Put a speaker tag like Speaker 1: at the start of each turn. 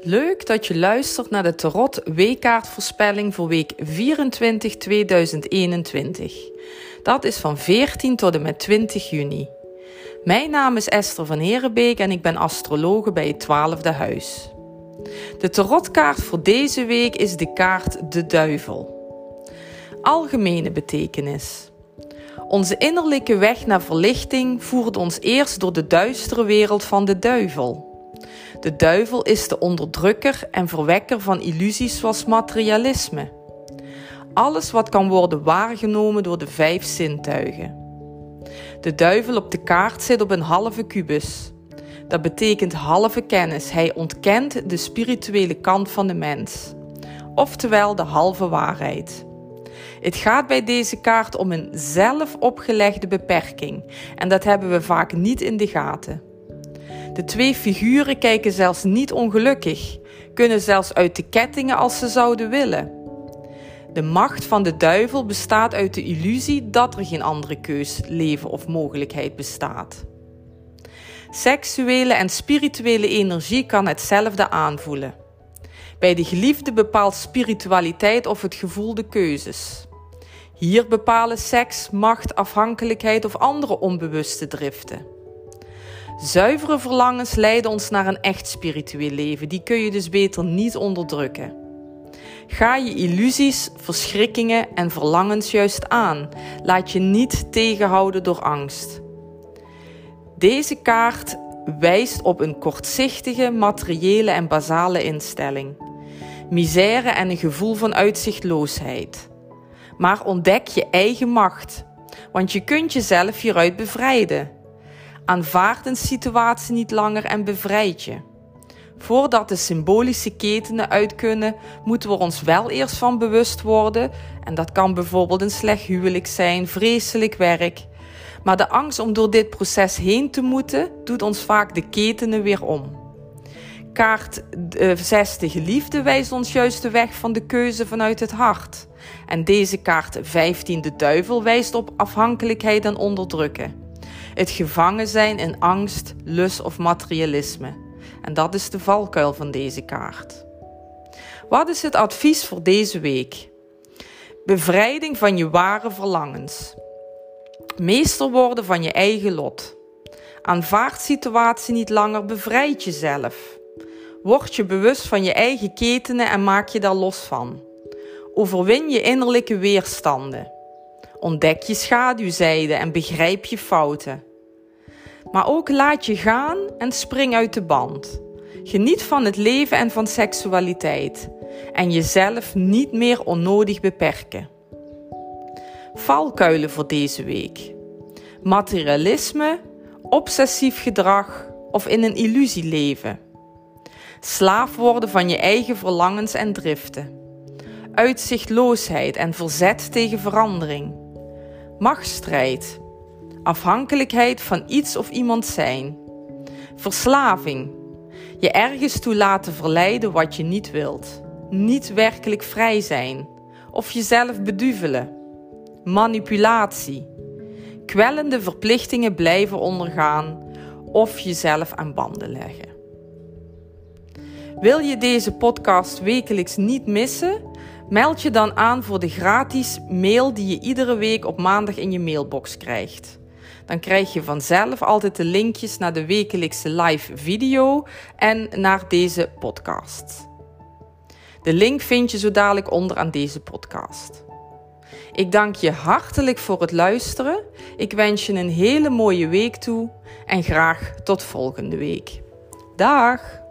Speaker 1: Leuk dat je luistert naar de Tarot weekkaartvoorspelling voor week 24 2021. Dat is van 14 tot en met 20 juni. Mijn naam is Esther van Herenbeek en ik ben astrologe bij het 12e huis. De tarotkaart voor deze week is de kaart de Duivel. Algemene betekenis. Onze innerlijke weg naar verlichting voert ons eerst door de duistere wereld van de duivel. De duivel is de onderdrukker en verwekker van illusies zoals materialisme. Alles wat kan worden waargenomen door de 5 zintuigen. De duivel op de kaart zit op een halve kubus. Dat betekent halve kennis. Hij ontkent de spirituele kant van de mens. Oftewel de halve waarheid. Het gaat bij deze kaart om een zelf opgelegde beperking. En dat hebben we vaak niet in de gaten. De 2 figuren kijken zelfs niet ongelukkig, kunnen zelfs uit de kettingen als ze zouden willen. De macht van de duivel bestaat uit de illusie dat er geen andere keus, leven of mogelijkheid bestaat. Seksuele en spirituele energie kan hetzelfde aanvoelen. Bij de geliefde bepaalt spiritualiteit of het gevoel de keuzes. Hier bepalen seks, macht, afhankelijkheid of andere onbewuste driften. Zuivere verlangens leiden ons naar een echt spiritueel leven. Die kun je dus beter niet onderdrukken. Ga je illusies, verschrikkingen en verlangens juist aan. Laat je niet tegenhouden door angst. Deze kaart wijst op een kortzichtige, materiële en basale instelling. Misère en een gevoel van uitzichtloosheid. Maar ontdek je eigen macht, want je kunt jezelf hieruit bevrijden. Aanvaard een situatie niet langer en bevrijd je. Voordat de symbolische ketenen uit kunnen, moeten we ons wel eerst van bewust worden. En dat kan bijvoorbeeld een slecht huwelijk zijn, vreselijk werk. Maar de angst om door dit proces heen te moeten, doet ons vaak de ketenen weer om. Kaart 6 de geliefde wijst ons juist de weg van de keuze vanuit het hart. En deze kaart 15 de duivel wijst op afhankelijkheid en onderdrukken. Het gevangen zijn in angst, lust of materialisme. En dat is de valkuil van deze kaart. Wat is het advies voor deze week? Bevrijding van je ware verlangens. Meester worden van je eigen lot. Aanvaard situatie niet langer, bevrijd jezelf. Word je bewust van je eigen ketenen en maak je daar los van. Overwin je innerlijke weerstanden. Ontdek je schaduwzijde en begrijp je fouten. Maar ook laat je gaan en spring uit de band. Geniet van het leven en van seksualiteit. En jezelf niet meer onnodig beperken. Valkuilen voor deze week. Materialisme, obsessief gedrag of in een illusie leven. Slaaf worden van je eigen verlangens en driften. Uitzichtloosheid en verzet tegen verandering. Machtsstrijd. Afhankelijkheid van iets of iemand zijn. Verslaving. Je ergens toe laten verleiden wat je niet wilt. Niet werkelijk vrij zijn. Of jezelf beduvelen. Manipulatie. Kwellende verplichtingen blijven ondergaan. Of jezelf aan banden leggen. Wil je deze podcast wekelijks niet missen? Meld je dan aan voor de gratis mail die je iedere week op maandag in je mailbox krijgt. Dan krijg je vanzelf altijd de linkjes naar de wekelijkse live video en naar deze podcast. De link vind je zo dadelijk onder aan deze podcast. Ik dank je hartelijk voor het luisteren. Ik wens je een hele mooie week toe en graag tot volgende week. Dag!